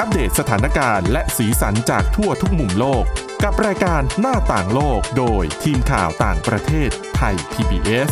อัปเดตสถานการณ์และสีสันจากทั่วทุกมุมโลกกับรายการหน้าต่างโลกโดยทีมข่าวต่างประเทศไทย PBS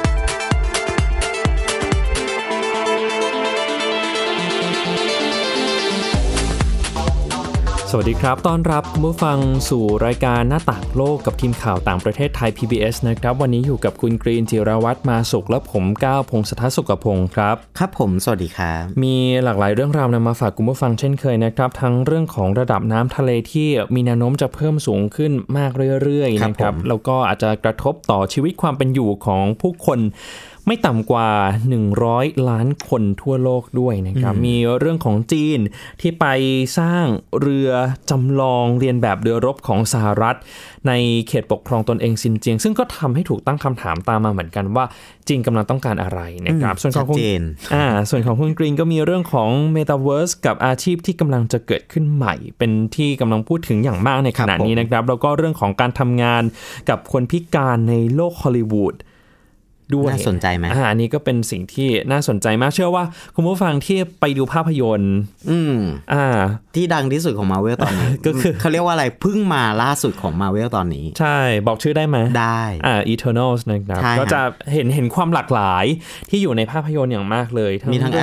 สวัสดีครับต้อนรับคุณผู้ฟังสู่รายการหน้าต่างโลกกับทีมข่าวต่างประเทศไทย PBS นะครับวันนี้อยู่กับคุณกรีนจิรวัฒน์มาสุขและผมก้าวพงศธรสุขพงศ์ครับครับผมสวัสดีครับมีหลากหลายเรื่องราวนำมาฝากคุณผู้ฟังเช่นเคยนะครับทั้งเรื่องของระดับน้ำทะเลที่มีแนวโน้มจะเพิ่มสูงขึ้นมากเรื่อยๆนะครับแล้วก็อาจจะกระทบต่อชีวิตความเป็นอยู่ของผู้คนไม่ต่ำกว่า100ล้านคนทั่วโลกด้วยนะครับมีเรื่องของจีนที่ไปสร้างเรือจำลองเรียนแบบเรือรบของสหรัฐในเขตปกครองตนเองซินเจียงซึ่งก็ทำให้ถูกตั้งคำถามตามมาเหมือนกันว่าจีนกำลังต้องการอะไรนะครับส่วนของคุณกรีนก็มีเรื่องของ Metaverse กับอาชีพที่กำลังจะเกิดขึ้นใหม่เป็นที่กำลังพูดถึงอย่างมากในขณะนี้นะครับแล้วก็เรื่องของการทำงานกับคนพิการในโลกฮอลลีวูดน่าสนใจไหมอันนี้ก็เป็นสิ่งที่น่าสนใจมากเชื่อว่าคุณผู้ฟังที่ไปดูภาพยนตร์ที่ดังที่สุดของ Marvel ตอนนี้ ก็คือเขาเรียกว่าอะไรเพิ่งมาล่าสุดของ Marvel ตอนนี้ใช่บอกชื่อได้ไหมได้ Eternals นะครับก็จะเห็นความหลากหลายที่อยู่ในภาพยนตร์อย่างมากเลยมีทั้ง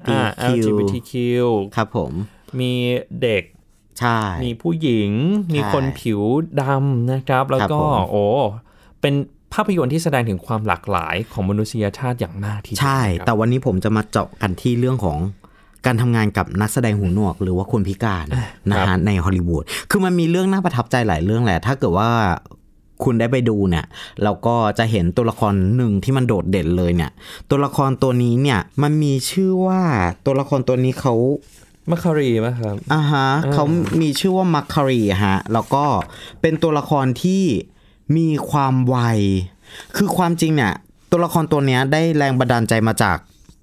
LGBTQ ครับผมมีเด็กใช่มีผู้หญิงมีคนผิวดำนะครับแล้วก็เป็นภาพยนตร์ที่แสดงถึงความหลากหลายของมนุษยชาติอย่างมากทีเดียวใช่แต่วันนี้ผมจะมาเจาะกันที่เรื่องของการทำงานกับนักแสดงหูหนวกหรือว่าคนพิการนะฮะในฮอลลีวูดคือมันมีเรื่องน่าประทับใจหลายเรื่องแหละถ้าเกิดว่าคุณได้ไปดูเนี่ยเราก็จะเห็นตัวละครหนึ่งที่มันโดดเด่นเลยเนี่ยตัวละครตัวนี้เนี่ยมันมีชื่อว่าตัวละครตัวนี้เขามัคคารีป่ะครับเขามีชื่อว่ามัคคารีฮะแล้วก็เป็นตัวละครที่มีความไวคือความจริงเนี่ยตัวละครตัวนี้ได้แรงบันดาลใจมาจาก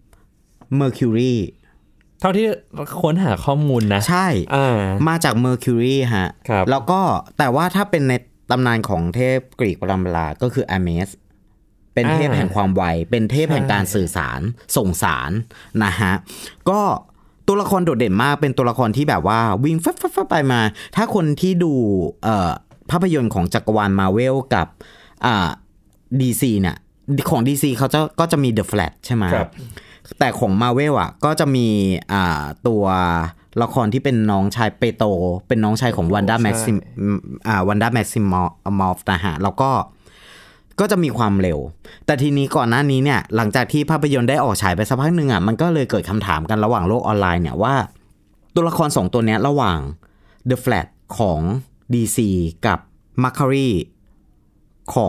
Mercury เท่าที่ค้นหาข้อมูลนะใช่มาจาก Mercury ฮะแล้วก็แต่ว่าถ้าเป็นในตำนานของเทพกรีกโบราณก็คือ Hermes เป็นเทพแห่งความไวเป็นเทพแห่งการสื่อสารส่งสารนะฮะก็ตัวละครโดดเด่นมากเป็นตัวละครที่แบบว่าวิ่งฟับๆไปมาถ้าคนที่ดูภาพยนตร์ของจักรวาล Marvel กับDC เนี่ยของ DC เขาก็จะมี The Flash ใช่ไหมแต่ของ Marvel อ่ะก็จะมีตัวละครที่เป็นน้องชายเปโตรเป็นน้องชายของวันด้าแม็กซิมอฟนะฮะแล้วก็จะมีความเร็วแต่ทีนี้ก่อนหน้านี้เนี่ยหลังจากที่ภาพยนตร์ได้ออกฉายไปสักพักนึงอ่ะมันก็เลยเกิดคำถามกันระหว่างโลกออนไลน์เนี่ยว่าตัวละคร2ตัวเนี้ยระหว่าง The Flash ของ DC กับ Mercury ของ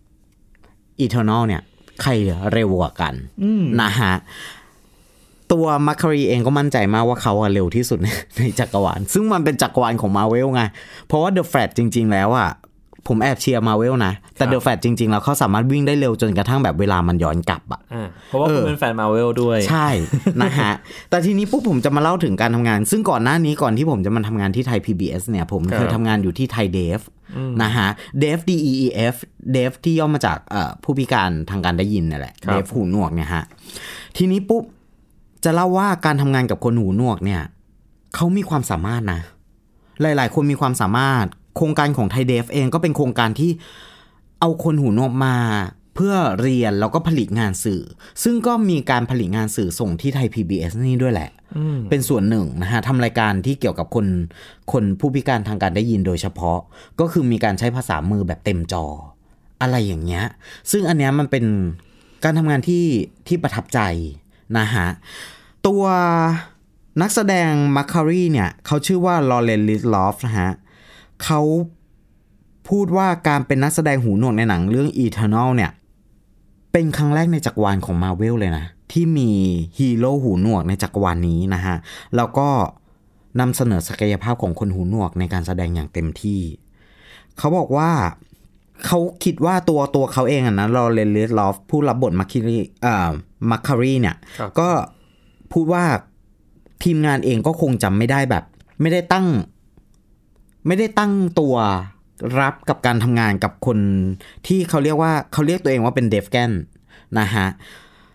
Eternal เนี่ยใครเร็วกว่ากันนะฮะตัว Mercury เองก็มั่นใจมากว่าเขาเร็วที่สุดในจักรวาลซึ่งมันเป็นจักรวาลของ Marvel ไงเพราะว่า The Flash จริงๆแล้วอ่ะผมแอบเชียร์ Marvel นะแต่ The Flash จริงๆแล้วเขาสามารถวิ่งได้เร็วจนกระทั่งแบบเวลามันย้อนกลับอ่ะเพราะว่าคุณเป็นแฟน Marvel ด้วยใช่นะฮะแต่ทีนี้ปุ๊บผมจะมาเล่าถึงการทำงานซึ่งก่อนหน้านี้ก่อนที่ผมจะมาทำงานที่ไทย PBS เนี่ยผมเคยทำงานอยู่ที่ไทย Deaf นะฮะ Deaf DEEF Deaf ที่ย่อมาจากผู้พิการทางการได้ยินนั่นแหละ Deaf หูหนวกเนี่ยฮะทีนี้ปุ๊บจะเล่าว่าการทำงานกับคนหูหนวกเนี่ยเขามีความสามารถนะหลายๆคนมีความสามารถโครงการของไทยเดฟเองก็เป็นโครงการที่เอาคนหูหนวกมาเพื่อเรียนแล้วก็ผลิตงานสื่อซึ่งก็มีการผลิตงานสื่อส่งที่ไทย PBS นี่ด้วยแหละเป็นส่วนหนึ่งนะฮะทำรายการที่เกี่ยวกับคนผู้พิการทางการได้ยินโดยเฉพาะก็คือมีการใช้ภาษามือแบบเต็มจออะไรอย่างเงี้ยซึ่งอันเนี้ยมันเป็นการทำงานที่ประทับใจนะฮะตัวนักแสดงมัคคารีเนี่ยเขาชื่อว่าลอเรน ลิดลอฟนะฮะเขาพูดว่าการเป็นนักแสดงหูหนวกในหนังเรื่อง Eternal เนี่ยเป็นครั้งแรกในจักรวาลของ Marvel เลยนะที่มีฮีโร่หูหนวกในจักรวาลนี้นะฮะแล้วก็นำเสนอศักยภาพของคนหูหนวกในการแสดงอย่างเต็มที่เขาบอกว่าเขาคิดว่าตัวเขาเองนะลอเรน ลิดลอฟผู้รับบทมัคคารีเนี่ยก็พูดว่าทีมงานเองก็คงจำไม่ได้แบบไม่ได้ตั้งตัวรับกับการทำงานกับคนที่เขาเรียกตัวเองว่าเป็นเดฟแกนนะฮะ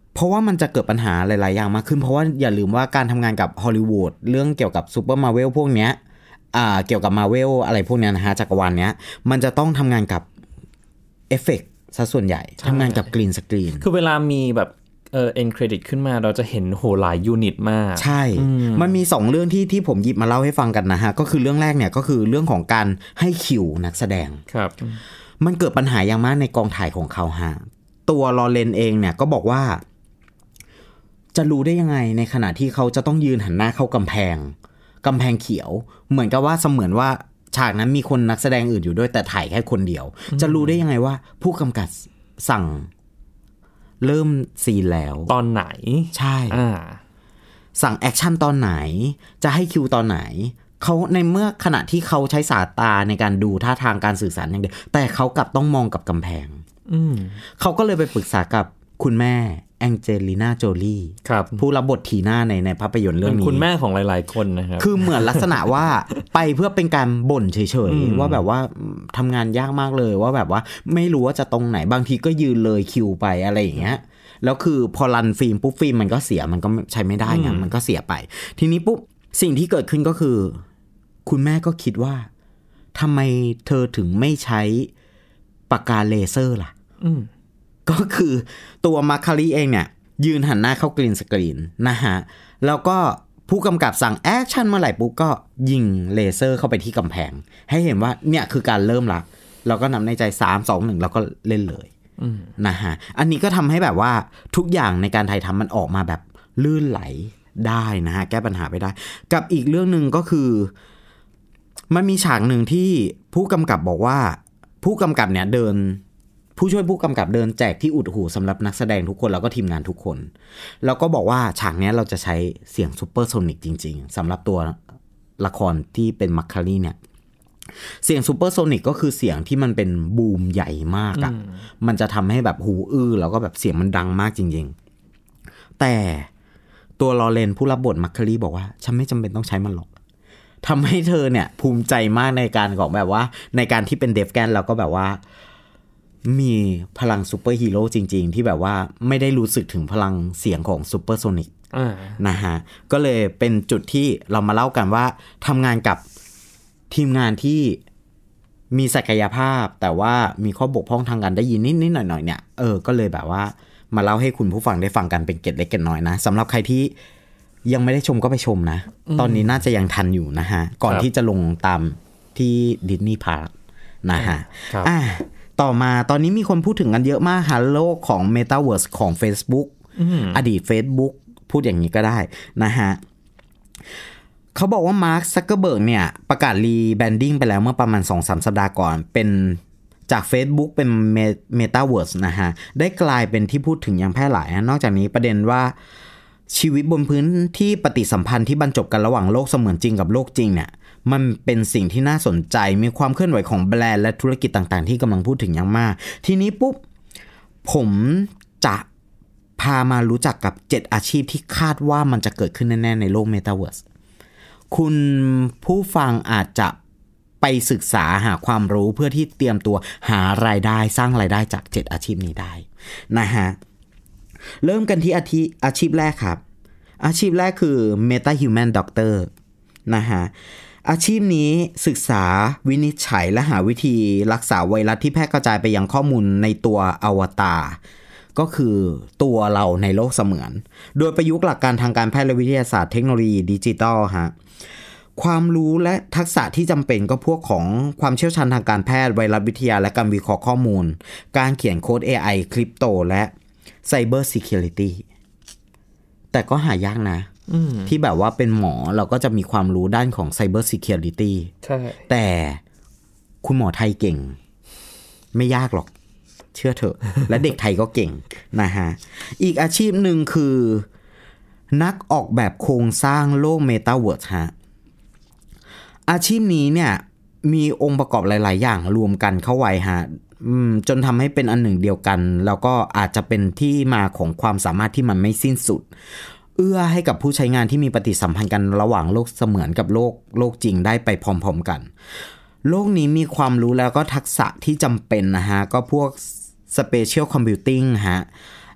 เพราะว่ามันจะเกิดปัญหาหลายๆอย่างมากขึ้นเพราะว่าอย่าลืมว่าการทำงานกับฮอลลีวูดเรื่องเกี่ยวกับซูเปอร์มาร์เวลพวกเนี้ยเกี่ยวกับมาร์เวลอะไรพวกเนี้ยนะฮะจักรวาลเนี้ยมันจะต้องทำงานกับเอฟเฟกต์ซะส่วนใหญ่ทำงานกับกรีนสกรีนคือเวลามีแบบเอ็นเครดิตขึ้นมาเราจะเห็นโหหลายยูนิตมากใช่มันมี2เรื่องที่ผมหยิบมาเล่าให้ฟังกันนะฮะก็คือเรื่องแรกเนี่ยก็คือเรื่องของการให้คิวนักแสดงครับมันเกิดปัญหาอย่างมากในกองถ่ายของเขาฮะตัวลอเรนเองเนี่ยก็บอกว่าจะรู้ได้ยังไงในขณะที่เขาจะต้องยืนหันหน้าเข้ากำแพงเขียวเหมือนกับว่าเสมือนว่าฉากนั้นมีคนนักแสดงอื่นอยู่ด้วยแต่ถ่ายแค่คนเดียวจะรู้ได้ยังไงว่าผู้กำกับสั่งเริ่มซีนแล้วตอนไหนใช่สั่งแอคชั่นตอนไหนจะให้คิวตอนไหนเขาในเมื่อขณะที่เขาใช้สายตาในการดูท่าทางการสื่อสารอย่างเดียวแต่เขากลับต้องมองกับกำแพงเขาก็เลยไปปรึกษากับคุณแม่แองเจลิน่าโจลี่ผู้รับบททีน่าในภาพยนตร์เรื่องนี้คุณแม่ของหลายๆคนนะครับคือเหมือนลักษณะว่าไปเพื่อเป็นการบ่นเฉยๆว่าแบบว่าทำงานยากมากเลยว่าแบบว่าไม่รู้ว่าจะตรงไหนบางทีก็ยืนเลยคิวไปอะไรอย่างเงี้ยแล้วคือพอรันฟิล์มปุ๊บฟิล์มมันก็เสียมันก็ใช้ไม่ได้ไงมันก็เสียไปทีนี้ปุ๊บสิ่งที่เกิดขึ้นก็คือคุณแม่ก็คิดว่าทำไมเธอถึงไม่ใช้ปากกาเลเซอร์ล่ะก็คือตัวมาคารีเองเนี่ยยืนหันหน้าเข้ากรีนสกรีนนะฮะแล้วก็ผู้กำกับสั่งแอคชั่นเมื่อไหร่ปุ๊บก็ยิงเลเซอร์เข้าไปที่กำแพงให้เห็นว่าเนี่ยคือการเริ่มละเราก็นำในใจ3 2 1แล้วก็เล่นเลยนะฮะอันนี้ก็ทำให้แบบว่าทุกอย่างในการถ่ายทำมันออกมาแบบลื่นไหลได้นะฮะแก้ปัญหาไปได้กับอีกเรื่องนึงก็คือมันมีฉากหนึ่งที่ผู้กำกับบอกว่าผู้กำกับเนี่ยผู้ช่วยผู้กำกับเดินแจกที่อุดหูสำหรับนักแสดงทุกคนแล้วก็ทีมงานทุกคนแล้วก็บอกว่าฉากนี้เราจะใช้เสียงซูเปอร์โซนิกจริงๆสำหรับตัวละครที่เป็นมัคคารีเนี่ยเสียงซูเปอร์โซนิกก็คือเสียงที่มันเป็นบูมใหญ่มากอ่ะมันจะทำให้แบบหูอื้อแล้วก็แบบเสียงมันดังมากจริงๆแต่ตัวลอเรนผู้รับบทมัคคารีบอกว่าฉันไม่จำเป็นต้องใช้มันหรอกทำให้เธอเนี่ยภูมิใจมากในการของแบบว่าในการที่เป็นเดฟแกนแล้วก็แบบว่ามีพลังซูเปอร์ฮีโร่จริงๆที่แบบว่าไม่ได้รู้สึกถึงพลังเสียงของซูเปอร์โซนิกนะฮะก็เลยเป็นจุดที่เรามาเล่ากันว่าทำงานกับทีมงานที่มีศักยภาพแต่ว่ามีข้อบกพร่องทางการได้ยินนิดๆหน่อยๆเนี่ยก็เลยแบบว่ามาเล่าให้คุณผู้ฟังได้ฟังกันเป็นเกร็ดเล็กเกร็ดน้อยนะสำหรับใครที่ยังไม่ได้ชมก็ไปชมนะตอนนี้น่าจะยังทันอยู่นะฮะก่อนที่จะลงตามที่ดิสนีย์พาร์คนะฮะต่อมาตอนนี้มีคนพูดถึงกันเยอะมากฮะโลกของ Metaverse ของ Facebook อดีต Facebook พูดอย่างนี้ก็ได้นะฮะเขาบอกว่ามาร์ค ซักเกอร์เบิร์กเนี่ยประกาศรีแบรนดิ้งไปแล้วเมื่อประมาณ 2-3 สัปดาห์ก่อนเป็นจาก Facebook เป็น Metaverse นะฮะได้กลายเป็นที่พูดถึงอย่างแพร่หลายนอกจากนี้ประเด็นว่าชีวิตบนพื้นที่ปฏิสัมพันธ์ที่บรรจบกันระหว่างโลกเสมือนจริงกับโลกจริงเนี่ยมันเป็นสิ่งที่น่าสนใจมีความเคลื่อนไหวของแบรนด์และธุรกิจต่างๆที่กำลังพูดถึงอย่างมากทีนี้ปุ๊บผมจะพามารู้จักกับ7อาชีพที่คาดว่ามันจะเกิดขึ้นแน่ๆในโลก Metaverse คุณผู้ฟังอาจจะไปศึกษาหาความรู้เพื่อที่เตรียมตัวหารายได้สร้างรายได้จาก7อาชีพนี้ได้นะฮะเริ่มกันที่อาชีพแรกครับอาชีพแรกคือ Meta Human Doctor นะฮะอาชีพนี้ศึกษาวินิจฉัยและหาวิธีรักษาไวรัสที่แพร่กระจายไปยังข้อมูลในตัวอวตารก็คือตัวเราในโลกเสมือนโดยประยุกต์หลักการทางการแพทย์และวิทยาศาสตร์เทคโนโลยีดิจิทัลฮะความรู้และทักษะที่จำเป็นก็พวกของความเชี่ยวชาญทางการแพทย์ไวรัสวิทยาและการวิเคราะห์ข้อมูลการเขียนโค้ด AI คริปโตและCyber Security แต่ก็หายากนะที่แบบว่าเป็นหมอเราก็จะมีความรู้ด้านของ Cyber Security ใช่แต่คุณหมอไทยเก่งไม่ยากหรอกเชื่อเถอะ และเด็กไทยก็เก่งนะฮะอีกอาชีพหนึ่งคือนักออกแบบโครงสร้างโลก Metaverse ฮะอาชีพนี้เนี่ยมีองค์ประกอบหลายๆอย่างรวมกันเข้าไว้ฮะจนทำให้เป็นอันหนึ่งเดียวกันแล้วก็อาจจะเป็นที่มาของความสามารถที่มันไม่สิ้นสุดเอื้อให้กับผู้ใช้งานที่มีปฏิสัมพันธ์กันระหว่างโลกเสมือนกับโลกจริงได้ไปพร้อมๆกันโลกนี้มีความรู้แล้วก็ทักษะที่จำเป็นนะฮะก็พวก Spatial Computing ฮะ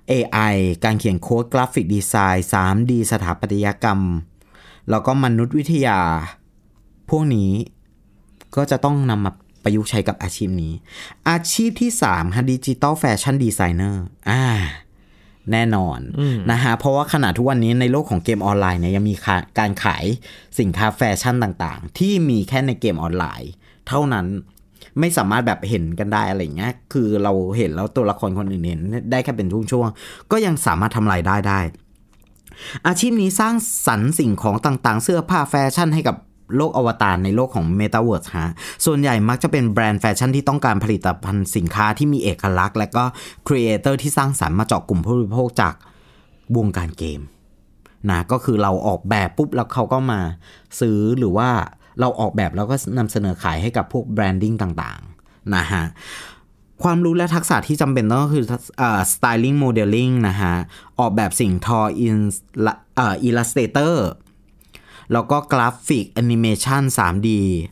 AI การเขียนโค้ดกราฟิกดีไซน์ 3D สถาปัตยกรรมแล้วก็มนุษยวิทยาพวกนี้ก็จะต้องนำมาประยุกต์ใช้กับอาชีพนี้อาชีพที่3ค่ะดิจิตอลแฟชั่นดีไซเนอร์แน่นอนนะฮะเพราะว่าขณะทุกวันนี้ในโลกของเกมออนไลน์เนี่ยยังมีการขายสินค้าแฟชั่นต่างๆที่มีแค่ในเกมออนไลน์เท่านั้นไม่สามารถแบบเห็นกันได้อะไรเงี้ยคือเราเห็นแล้วตัวละครคนอื่นเห็นได้แค่เป็นช่วงๆก็ยังสามารถทำรายได้อาชีพนี้สร้างสรรค์สิ่งของต่างๆเสื้อผ้าแฟชั่นให้กับโลกอวตารในโลกของ Metaverse ฮะส่วนใหญ่มักจะเป็นแบรนด์แฟชั่นที่ต้องการผลิตภัณฑ์สินค้าที่มีเอกลักษณ์และก็ครีเอเตอร์ที่สร้างสรรค์มาเจาะกลุ่มผู้บริโภคจากวงการเกมนะก็คือเราออกแบบปุ๊บแล้วเขาก็มาซื้อหรือว่าเราออกแบบแล้วก็นำเสนอขายให้กับพวกแบรนดิ้งต่างๆนะฮะความรู้และทักษะที่จำเป็นก็คือstyling modeling นะฮะออกแบบสิ่งทอillustrator แล้วก็กราฟิกแอนิเมชัน 3D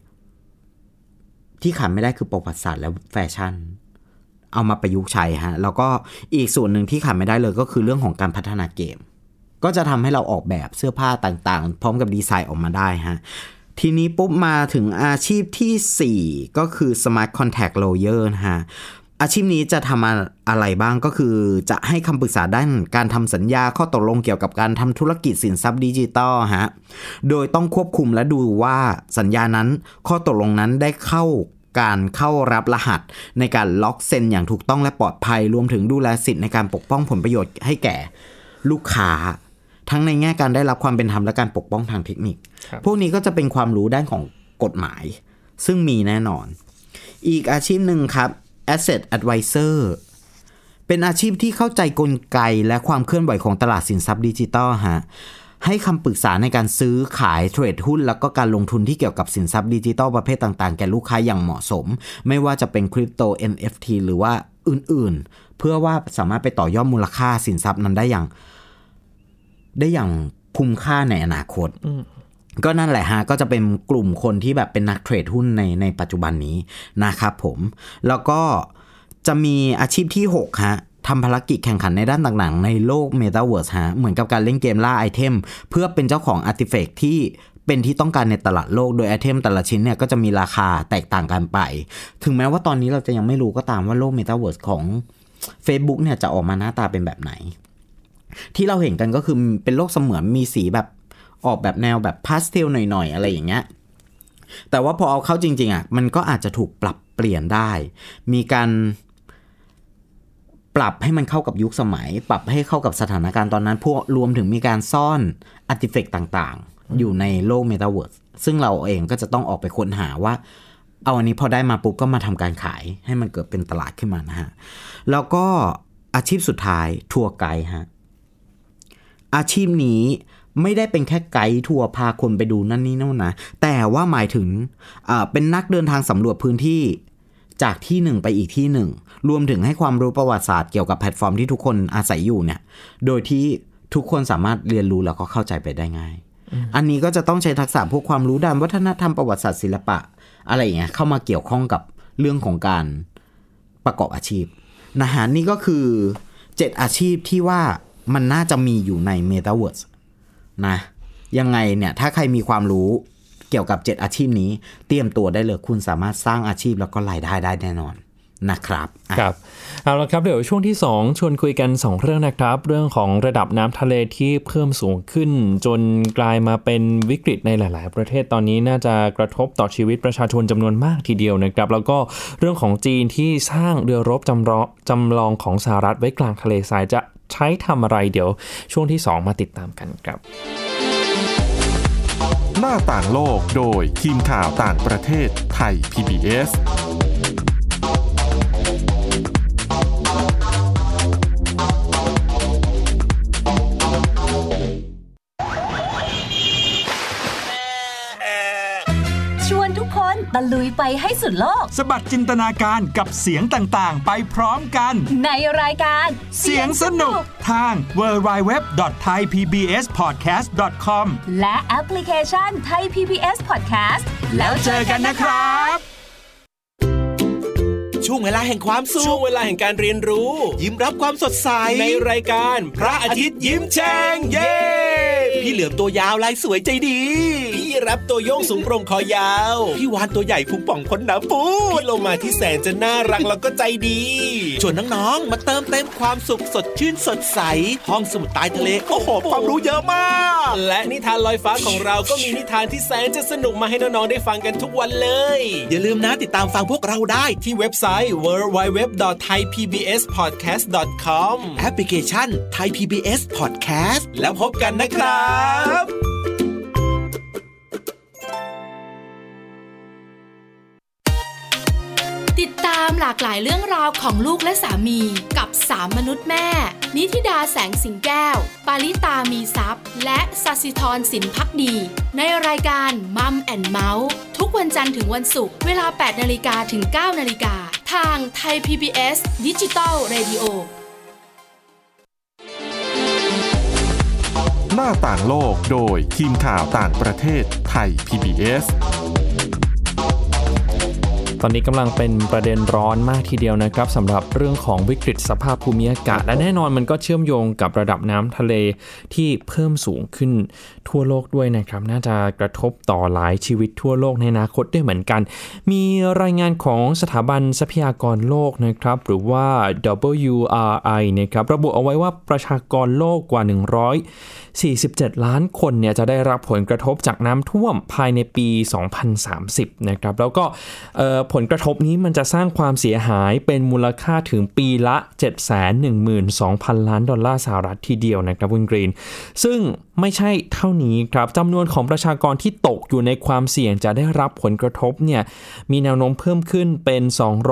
ที่ขาดไม่ได้คือประวัติศาสตร์และแฟชั่นเอามาประยุกต์ใช้ฮะแล้วก็อีกส่วนหนึ่งที่ขาดไม่ได้เลยก็คือเรื่องของการพัฒนาเกมก็จะทำให้เราออกแบบเสื้อผ้าต่างๆพร้อมกับดีไซน์ออกมาได้ฮะทีนี้ปุ๊บมาถึงอาชีพที่4ก็คือ Smart Contract Lawyer นะฮะอาชีพนี้จะทำอะไรบ้างก็คือจะให้คำปรึกษาด้านการทำสัญญาข้อตกลงเกี่ยวกับการทำธุรกิจสินทรัพย์ดิจิทัลฮะโดยต้องควบคุมและดูว่าสัญญานั้นข้อตกลงนั้นได้เข้ารับรหัสในการล็อกเซ็นอย่างถูกต้องและปลอดภัยรวมถึงดูแลสิทธิในการปกป้องผลประโยชน์ให้แก่ลูกค้าทั้งในแง่การได้รับความเป็นธรรมและการปกป้องทางเทคนิคพวกนี้ก็จะเป็นความรู้ด้านของกฎหมายซึ่งมีแน่นอนอีกอาชีพหนึ่งครับ Asset Advisor เป็นอาชีพที่เข้าใจกลไกและความเคลื่อนไหวของตลาดสินทรัพย์ดิจิทัลฮะให้คำปรึกษาในการซื้อขายเทรดหุ้นแล้วก็การลงทุนที่เกี่ยวกับสินทรัพย์ดิจิทัลประเภทต่างๆแก่ลูกค้าอย่างเหมาะสมไม่ว่าจะเป็นคริปโต NFT หรือว่าอื่นๆเพื่อว่าสามารถไปต่อยอดมูลค่าสินทรัพย์นั้นได้อย่างคุ้มค่าในอนาคตก็นั่นแหละฮะก็จะเป็นกลุ่มคนที่แบบเป็นนักเทรดหุ้นในปัจจุบันนี้นะครับผมแล้วก็จะมีอาชีพที่6ฮะทำภารกิจแข่งขันในด้านต่างๆในโลก Metaverse ฮะเหมือนกับการเล่นเกมล่าไอเทมเพื่อเป็นเจ้าของอาร์ติแฟกต์ที่เป็นที่ต้องการในตลาดโลกโดยไอเทมแต่ละชิ้นเนี่ยก็จะมีราคาแตกต่างกันไปถึงแม้ว่าตอนนี้เราจะยังไม่รู้ก็ตามว่าโลก Metaverse ของ Facebook เนี่ยจะออกมาหน้าตาเป็นแบบไหนที่เราเห็นกันก็คือเป็นโลกเสมือนมีสีแบบออกแบบแนวแบบพาสเทลหน่อยๆอะไรอย่างเงี้ยแต่ว่าพอเอาเข้าจริงๆอ่ะมันก็อาจจะถูกปรับเปลี่ยนได้มีการปรับให้มันเข้ากับยุคสมัยปรับให้เข้ากับสถานการณ์ตอนนั้นพวกรวมถึงมีการซ่อนอาร์ติแฟกต์ต่างๆอยู่ในโลก Metaverse ซึ่งเราเองก็จะต้องออกไปค้นหาว่าเอาอันนี้พอได้มาปุ๊บก็มาทำการขายให้มันเกิดเป็นตลาดขึ้นมานะฮะแล้วก็อาชีพสุดท้ายทัวร์ไกด์ฮะอาชีพนี้ไม่ได้เป็นแค่ไกด์ทัวร์พาคนไปดูนั่นนี่โน่นนะแต่ว่าหมายถึงเป็นนักเดินทางสำรวจพื้นที่จากที่หนึ่งไปอีกที่หนึ่งรวมถึงให้ความรู้ประวัติศาสตร์เกี่ยวกับแพลตฟอร์มที่ทุกคนอาศัยอยู่เนี่ยโดยที่ทุกคนสามารถเรียนรู้แล้วก็เข้าใจไปได้ง่ายอันนี้ก็จะต้องใช้ทักษะพวกความรู้ด้านวัฒนธรรมประวัติศาสตร์ศิลปะอะไรอย่างเงี้ยเข้ามาเกี่ยวข้องกับเรื่องของการประกอบอาชีพนะฮะนี่ก็คือ7อาชีพที่ว่ามันน่าจะมีอยู่ใน Metaverse นะยังไงเนี่ยถ้าใครมีความรู้เกี่ยวกับ7อาชีพนี้เตรียมตัวได้เลยคุณสามารถสร้างอาชีพแล้วก็รายได้ได้แน่นอนนะครับครับเอาละครับเดี๋ยวช่วงที่2ชวนคุยกัน2เรื่องนะครับเรื่องของระดับน้ำทะเลที่เพิ่มสูงขึ้นจนกลายมาเป็นวิกฤตในหลายๆประเทศตอนนี้น่าจะกระทบต่อชีวิตประชาชนจำนวนมากทีเดียวนะครับแล้วก็เรื่องของจีนที่สร้างเรือรบจำลองของสหรัฐไว้กลางทะเลทรายจะใช้ทำอะไรเดี๋ยวช่วงที่2มาติดตามกันครับหน้าต่างโลกโดยทีมข่าวต่างประเทศไทย PBS ตะลุยไปให้สุดโลกสบัดจินตนาการกับเสียงต่างๆไปพร้อมกันในรายการเสียงสนุกทาง www.thaipbspodcast.com และแอปพลิเคชัน Thai PBS Podcast แล้วเจอกันนะครับช่วงเวลาแห่งความสุขช่วงเวลาแห่งการเรียนรู้ยิ้มรับความสดใสในรายการพระอาทิตย์ยิ้มแฉ่งเย้พี่เหลือมตัวยาวลายสวยใจดีพี่รับตัวโยงสูงโปร่งคอยาวพี่วานตัวใหญ่พุงป่องพ้นน้ำปูพี่โลมาที่แสนจะน่ารักแล้วก็ใจดีชวนน้องๆมาเติมเต็มความสุขสดชื่นสดใสห้องสมุดใต้ทะเลโอ้โหความรู้เยอะมากและนิทานลอยฟ้าของเราก็มีนิทานที่แสนจะสนุกมาให้น้องๆได้ฟังกันทุกวันเลยอย่าลืมนะติดตามฟังพวกเราได้ที่เว็บไซต์ www.thaipbspodcast.com แอปพลิเคชัน Thai PBS Podcast แล้วพบกันนะครับติดตามหลากหลายเรื่องราวของลูกและสามีกับ3มนุษย์แม่นิธิดาแสงสิงแก้วปาริตามีทรัพย์และศศิธรสินภักดีในรายการมัมแอนด์เมาส์ทุกวันจันทร์ถึงวันศุกร์เวลา 8:00 นถึง 9:00 นทาง Thai PBS Digital Radio หน้าต่างโลกโดยทีมข่าวต่างประเทศไทย PBS ตอนนี้กำลังเป็นประเด็นร้อนมากทีเดียวนะครับสำหรับเรื่องของวิกฤตสภาพภูมิอากาศและแน่นอนมันก็เชื่อมโยงกับระดับน้ำทะเลที่เพิ่มสูงขึ้นทั่วโลกด้วยนะครับน่าจะกระทบต่อหลายชีวิตทั่วโลกในอนาคตด้วยเหมือนกันมีรายงานของสถาบันทรัพยากรโลกนะครับหรือว่า WRI นะครับระบุเอาไว้ว่าประชากรโลกกว่า147 ล้านคนเนี่ยจะได้รับผลกระทบจากน้ำท่วมภายในปี 2030 นะครับแล้วก็ผลกระทบนี้มันจะสร้างความเสียหายเป็นมูลค่าถึงปีละ 712,000 ล้านดอลลาร์สหรัฐทีเดียวนะครับคุณกรีนซึ่งไม่ใช่เท่านี้ครับจำนวนของประชากรที่ตกอยู่ในความเสี่ยงจะได้รับผลกระทบเนี่ยมีแนวโน้มเพิ่มขึ้นเป็น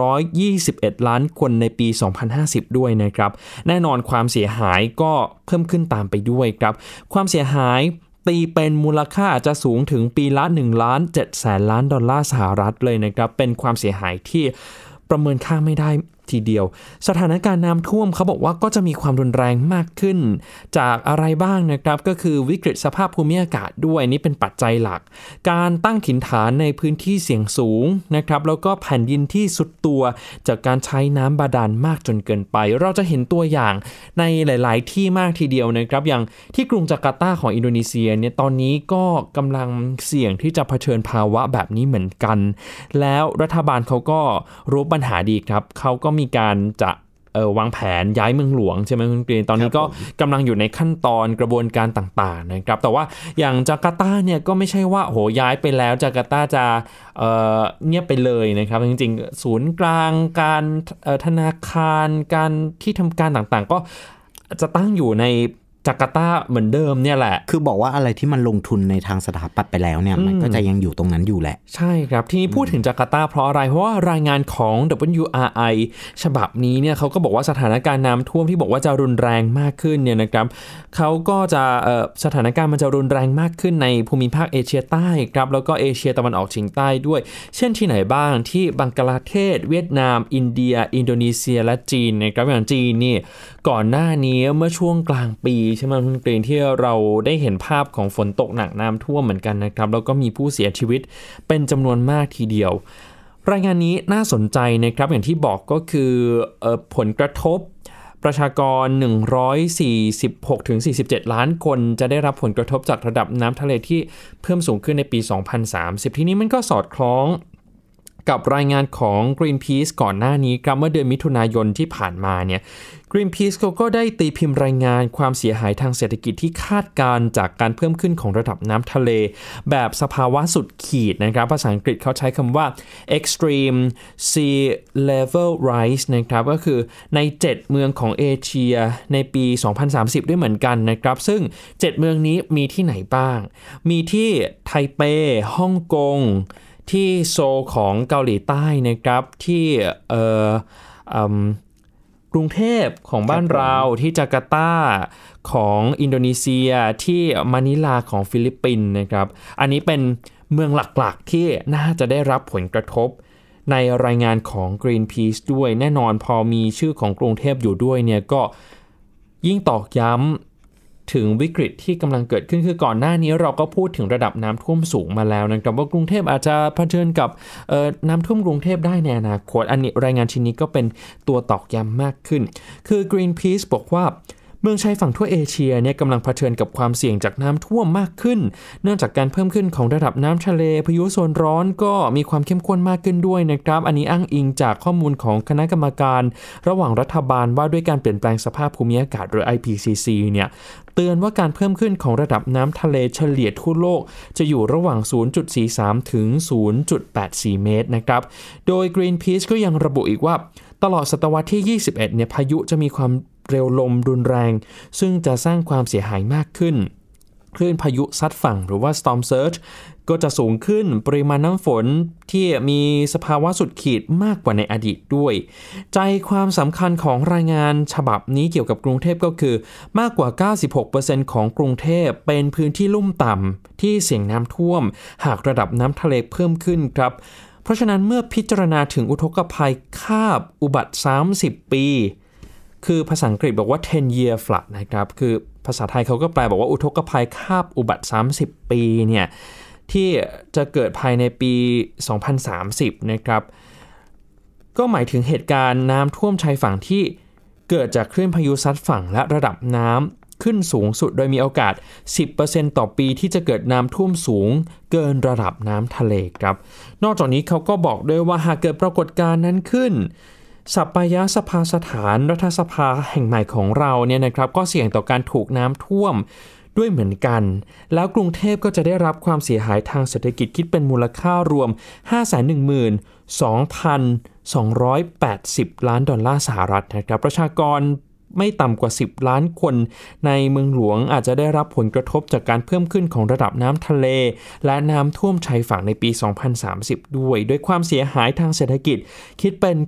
221ล้านคนในปี 2050 ด้วยนะครับแน่นอนความเสียหายก็เพิ่มขึ้นตามไปด้วยครับความเสียหายตีเป็นมูลค่าอาจจะสูงถึงปีละ1.7 ล้านดอลลาร์สหรัฐเลยนะครับเป็นความเสียหายที่ประเมินค่าไม่ได้ทีเดียวสถานการณ์น้ำท่วมเขาบอกว่าก็จะมีความรุนแรงมากขึ้นจากอะไรบ้างนะครับก็คือวิกฤตสภาพภูมิอากาศด้วยนี่เป็นปัจจัยหลักการตั้งถิ่นฐานในพื้นที่เสี่ยงสูงนะครับแล้วก็แผ่นดินที่ทรุดตัวจากการใช้น้ำบาดาลมากจนเกินไปเราจะเห็นตัวอย่างในหลายๆที่มากทีเดียวนะครับอย่างที่กรุงจาการ์ตาของอินโดนีเซียเนี่ยตอนนี้ก็กำลังเสี่ยงที่จะเผชิญภาวะแบบนี้เหมือนกันแล้วรัฐบาลเขาก็รู้ปัญหาดีครับเขาก็มีการจะวางแผนย้ายเมืองหลวงใช่ไหมคุณกรีนตอนนี้ก็กำลังอยู่ในขั้นตอนกระบวนการต่างๆนะครับแต่ว่าอย่างจาการ์ตาเนี่ยก็ไม่ใช่ว่าโหย้ายไปแล้วจาการ์ตาจะเงียบไปเลยนะครับจริงๆศูนย์กลางการธนาคารการที่ทำการต่างๆก็จะตั้งอยู่ในจาการ์ตาเหมือนเดิมเนี่ยแหละคือบอกว่าอะไรที่มันลงทุนในทางสถาปัตย์ไปแล้วเนี่ยมันก็จะยังอยู่ตรงนั้นอยู่แหละใช่ครับทีนี้พูดถึงจาการ์ตาเพราะอะไรเพราะว่ารายงานของ WRI ฉบับนี้เนี่ยเขาก็บอกว่าสถานการณ์น้ำท่วมที่บอกว่าจะรุนแรงมากขึ้นเนี่ยนะครับเขาก็จะสถานการณ์มันจะรุนแรงมากขึ้นในภูมิภาคเอเชียใต้ครับแล้วก็เอเชียตะวันออกเฉียงใต้ด้วยเช่นที่ไหนบ้างที่บังกลาเทศเวียดนามอินเดียอินโดนีเซียและจีนนะครับอย่างจีนนี่ก่อนหน้านี้เมื่อช่วงกลางปีใช่ไหมคุณกรีนที่เราได้เห็นภาพของฝนตกหนักน้ำท่วมเหมือนกันนะครับแล้วก็มีผู้เสียชีวิตเป็นจำนวนมากทีเดียวรายงานนี้น่าสนใจนะครับอย่างที่บอกก็คือผลกระทบประชากร146-47 ล้านคนจะได้รับผลกระทบจากระดับน้ำทะเลที่เพิ่มสูงขึ้นในปี 2030 ทีนี้มันก็สอดคล้องกับรายงานของ Greenpeace ก่อนหน้านี้ครับเมื่อเดือนมิถุนายนที่ผ่านมาเนี่ย Greenpeace เขาก็ได้ตีพิมพ์รายงานความเสียหายทางเศรษฐกิจที่คาดการณ์จากการเพิ่มขึ้นของระดับน้ำทะเลแบบสภาวะสุดขีดนะครับภาษาอังกฤษเขาใช้คำว่า extreme sea level rise นะครับก็คือใน7เมืองของเอเชียในปี 2030 ด้วยเหมือนกันนะครับซึ่ง7เมืองนี้มีที่ไหนบ้างมีที่ไทเปฮ่องกงที่โซลของเกาหลีใต้นะครับที่กรุงเทพของบ้านเราที่จาการ์ตาของอินโดนีเซียที่มะนิลาของฟิลิปปินส์นะครับอันนี้เป็นเมืองหลักๆที่น่าจะได้รับผลกระทบในรายงานของ Greenpeace ด้วยแน่นอนพอมีชื่อของกรุงเทพอยู่ด้วยเนี่ยก็ยิ่งตอกย้ำถึงวิกฤตที่กำลังเกิดขึ้นคือก่อนหน้านี้เราก็พูดถึงระดับน้ำท่วมสูงมาแล้วนะครับว่ากรุงเทพอาจจะเผชิญกับน้ำท่วมกรุงเทพได้ในอนาคตอันนี้รายงานชิ้นนี้ก็เป็นตัวตอกย้ำมากขึ้นคือ Greenpeace บอกว่าเมืองชายฝั่งทั่วเอเชียเนี่ยกำลังเผชิญกับความเสี่ยงจากน้ำท่วมมากขึ้นเนื่องจากการเพิ่มขึ้นของระดับน้ำทะเลพายุโซนร้อนก็มีความเข้มข้นมากขึ้นด้วยนะครับอันนี้อ้างอิงจากข้อมูลของคณะกรรมการระหว่างรัฐบาลว่าด้วยการเปลี่ยนแปลงสภาพภูมิอากาศหรือ IPCC เนี่ยเตือนว่าการเพิ่มขึ้นของระดับน้ำทะเลเฉลี่ยทั่วโลกจะอยู่ระหว่าง 0.43 ถึง 0.84 เมตรนะครับโดย Greenpeace ก็ยังระบุอีกว่าตลอดศตวรรษที่ 21 เนี่ยพายุจะมีความเร็วลมรุนแรงซึ่งจะสร้างความเสียหายมากขึ้นคลื่นพายุซัดฝั่งหรือว่า Storm Surge ก็จะสูงขึ้นปริมาณน้ำฝนที่มีสภาวะสุดขีดมากกว่าในอดีตด้วยใจความสำคัญของรายงานฉบับนี้เกี่ยวกับกรุงเทพก็คือมากกว่า 96% ของกรุงเทพเป็นพื้นที่ลุ่มต่ำที่เสี่ยงน้ำท่วมหากระดับน้ำทะเลเพิ่มขึ้นครับเพราะฉะนั้นเมื่อพิจารณาถึงอุทกภัยคาบอุบัติ30 ปีคือภาษาอังกฤษบอกว่า 10-year flood นะครับคือภาษาไทยเขาก็แปลบอกว่าอุทกภัยคาบอุบัติ30 ปีเนี่ยที่จะเกิดภายในปี 2030 นะครับก็หมายถึงเหตุการณ์น้ำท่วมชายฝั่งที่เกิดจากคลื่นพายุซัดฝั่งและระดับน้ำขึ้นสูงสุดโดยมีโอกาส 10% ต่อปีที่จะเกิดน้ำท่วมสูงเกินระดับน้ำทะเลครับนอกจากนี้เขาก็บอกด้วยว่าหากเกิดปรากฏการณ์นั้นขึ้นสัปยสภาสถานรัฐสภาแห่งใหม่ของเราเนี่ยนะครับก็เสี่ยงต่อการถูกน้ำท่วมด้วยเหมือนกันแล้วกรุงเทพก็จะได้รับความเสียหายทางเศรษฐกิจคิดเป็นมูลค่ารวม 512,280 ล้านดอลลาร์สหรัฐนะครับประชากรไม่ต่ำกว่า10 ล้านคนในเมืองหลวงอาจจะได้รับผลกระทบจากการเพิ่มขึ้นของระดับน้ำทะเลและน้ำท่วมชายฝั่งในปี 2030 ด้วยความเสียหายทางเศรษฐกิจคิดเป็น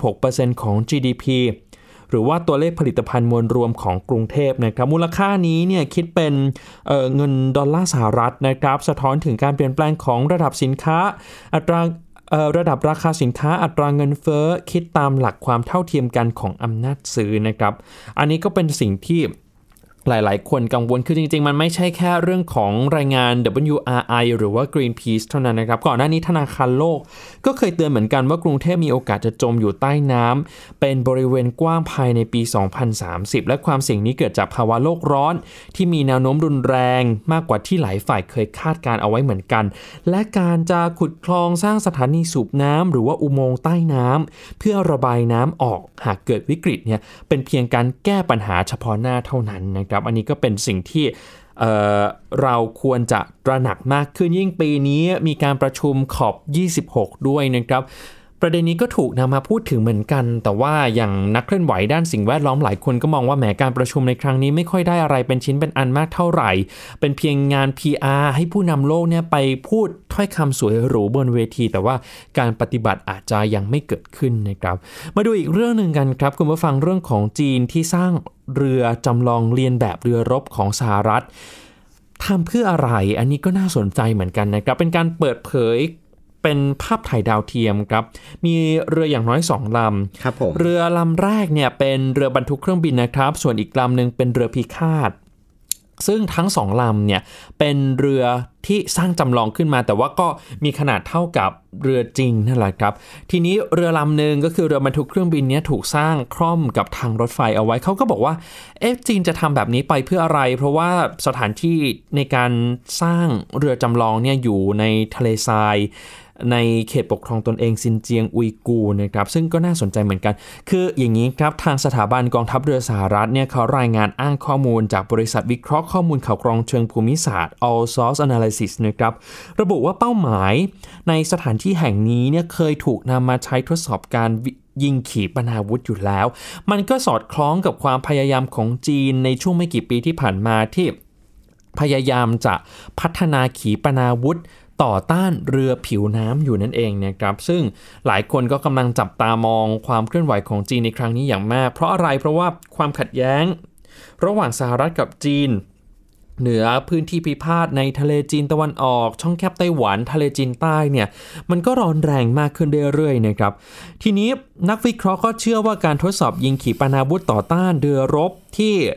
96% ของ GDP หรือว่าตัวเลขผลิตภัณฑ์มวลรวมของกรุงเทพนะครับมูลค่านี้เนี่ยคิดเป็นเงินดอลลาร์สหรัฐนะครับสะท้อนถึงการเปลี่ยนแปลงของระดับสินค้าระดับราคาสินค้าอัตราเงินเฟ้อคิดตามหลักความเท่าเทียมกันของอำนาจซื้อนะครับอันนี้ก็เป็นสิ่งที่หลายๆคนกังวลคือจริงๆมันไม่ใช่แค่เรื่องของรายงาน WRI หรือว่า Greenpeace เท่านั้นนะครับก่อนหน้านี้ธนาคารโลกก็เคยเตือนเหมือนกันว่ากรุงเทพมีโอกาสจะจมอยู่ใต้น้ำเป็นบริเวณกว้างภายในปี 2030 และความเสี่ยงนี้เกิดจากภาวะโลกร้อนที่มีแนวโน้มรุนแรงมากกว่าที่หลายฝ่ายเคยคาดการเอาไว้เหมือนกันและการจะขุดคลองสร้างสถานีสูบน้ำหรือว่าอุโมงค์ใต้น้ำเพื่อระบายน้ำออกหากเกิดวิกฤตเนี่ยเป็นเพียงการแก้ปัญหาเฉพาะหน้าเท่านั้นนะครับอันนี้ก็เป็นสิ่งที่เราควรจะตระหนักมากขึ้นยิ่งปีนี้มีการประชุมขอบ26ด้วยนะครับประเด็นนี้ก็ถูกนำมาพูดถึงเหมือนกันแต่ว่าอย่างนักเคลื่อนไหวด้านสิ่งแวดล้อมหลายคนก็มองว่าแหมการประชุมในครั้งนี้ไม่ค่อยได้อะไรเป็นชิ้นเป็นอันมากเท่าไหร่เป็นเพียงงาน PR ให้ผู้นำโลกเนี่ยไปพูดถ้อยคำสวยหรูบนเวทีแต่ว่าการปฏิบัติอาจจะยังไม่เกิดขึ้นนะครับมาดูอีกเรื่องนึงกันครับคุณผู้ฟังเรื่องของจีนที่สร้างเรือจำลองเลียนแบบเรือรบของสหรัฐทำเพื่ออะไรอันนี้ก็น่าสนใจเหมือนกันนะครับเป็นการเปิดเผยเป็นภาพถ่ายดาวเทียมครับมีเรืออย่างน้อย2 ลำครับผมเรือลำแรกเนี่ยเป็นเรือบรรทุกเครื่องบินนะครับส่วนอีกลำนึงเป็นเรือพิฆาตซึ่งทั้ง2 ลำเนี่ยเป็นเรือที่สร้างจำลองขึ้นมาแต่ว่าก็มีขนาดเท่ากับเรือจริงนั่นแหละครับทีนี้เรือลำนึงก็คือเรือบรรทุกเครื่องบินนี้ถูกสร้างคล่อมกับทางรถไฟเอาไว้เขาก็บอกว่าจีนจะทำแบบนี้ไปเพื่ออะไรเพราะว่าสถานที่ในการสร้างเรือจำลองเนี่ยอยู่ในทะเลทรายในเขตปกครองตนเองซินเจียงอุยกูร์นะครับซึ่งก็น่าสนใจเหมือนกันคืออย่างนี้ครับทางสถาบันกองทัพเรือสหรัฐเนี่ยเขารายงานอ้างข้อมูลจากบริษัทวิเคราะห์ข้อมูลข่าวกรองเชิงภูมิศาสตร์ All Source Analysis นะครับระบุว่าเป้าหมายในสถานที่แห่งนี้เนี่ยเคยถูกนำมาใช้ทดสอบการยิงขีปนาวุธอยู่แล้วมันก็สอดคล้องกับความพยายามของจีนในช่วงไม่กี่ปีที่ผ่านมาที่พยายามจะพัฒนาขีปนาวุธต่อต้านเรือผิวน้ำอยู่นั่นเองนะครับซึ่งหลายคนก็กำลังจับตามองความเคลื่อนไหวของจีนในครั้งนี้อย่างมากเพราะอะไรเพราะว่าความขัดแย้งระหว่างสหรัฐกับจีนเหนือพื้นที่พิพาทในทะเลจีนตะวันออกช่องแคบไต้หวันทะเลจีนใต้เนี่ยมันก็ร้อนแรงมากขึ้นเรื่อยๆนะครับทีนี้นักวิเคราะห์ก็เชื่อว่าการทดสอบยิงขีปนาวุธต่อต้านเรือรบที่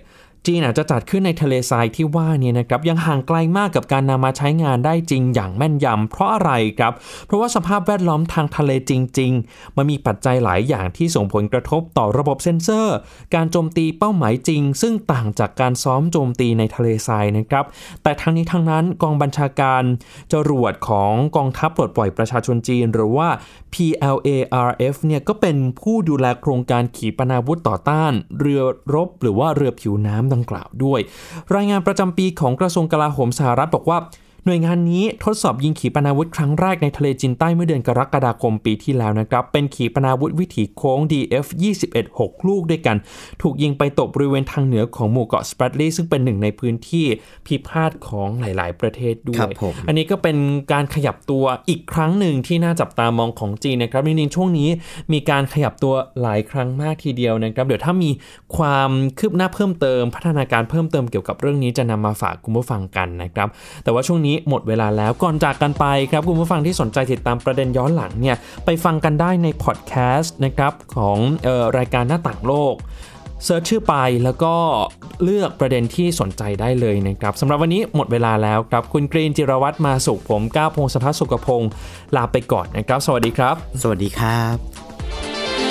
จีนอาจจะจัดขึ้นในทะเลทรายที่ว่านี้นะครับยังห่างไกลมากกับการนำมาใช้งานได้จริงอย่างแม่นยำเพราะอะไรครับเพราะว่าสภาพแวดล้อมทางทะเลจริงๆมันมีปัจจัยหลายอย่างที่ส่งผลกระทบต่อระบบเซ็นเซอร์การโจมตีเป้าหมายจริงซึ่งต่างจากการซ้อมโจมตีในทะเลทรายนะครับแต่ทั้งนี้ทั้งนั้นกองบัญชาการจรวดของกองทัพปลดปล่อยประชาชนจีนหรือว่า PLARF เนี่ยก็เป็นผู้ดูแลโครงการขีปนาวุธต่อต้านเรือรบหรือว่าเรือผิวน้ำดังกล่าวด้วยรายงานประจำปีของกระทรวงกลาโหมสหรัฐบอกว่าหน่วยงานนี้ทดสอบยิงขีปนาวุธครั้งแรกในทะเลจีนใต้เมื่อเดือนกรกฎาคมปีที่แล้วนะครับเป็นขีปนาวุธวิถีโค้ง DF-21 6 ลูกด้วยกันถูกยิงไปตกบริเวณทางเหนือของหมู่เกาะสแปรดลีย์ซึ่งเป็นหนึ่งในพื้นที่พิพาทของหลายๆประเทศด้วยอันนี้ก็เป็นการขยับตัวอีกครั้งหนึ่งที่น่าจับตามองของจีนนะครับจริงๆช่วงนี้มีการขยับตัวหลายครั้งมากทีเดียวนะครับเดี๋ยวถ้ามีความคืบหน้าเพิ่มเติมพัฒนาการเพิ่มเติมเกี่ยวกับเรื่องนี้จะนำมาฝากคุณผู้ฟังกันนะครับแต่ว่าช่วงนี้หมดเวลาแล้วก่อนจากกันไปครับคุณผู้ฟังที่สนใจติดตามประเด็นย้อนหลังเนี่ยไปฟังกันได้ในพอดแคสต์นะครับของรายการหน้าต่างโลกเสิร์ชชื่อไปแล้วก็เลือกประเด็นที่สนใจได้เลยนะครับสำหรับวันนี้หมดเวลาแล้วครับคุณกรีนจิรวัตรมาสุขผมก้าวพงศธรสุขพงศ์ลาไปก่อนนะครับสวัสดีครับสวัสดีครับ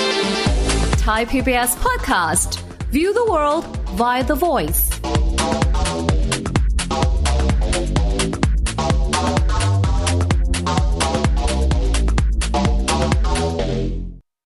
Thai PBS Podcast View the world via the voice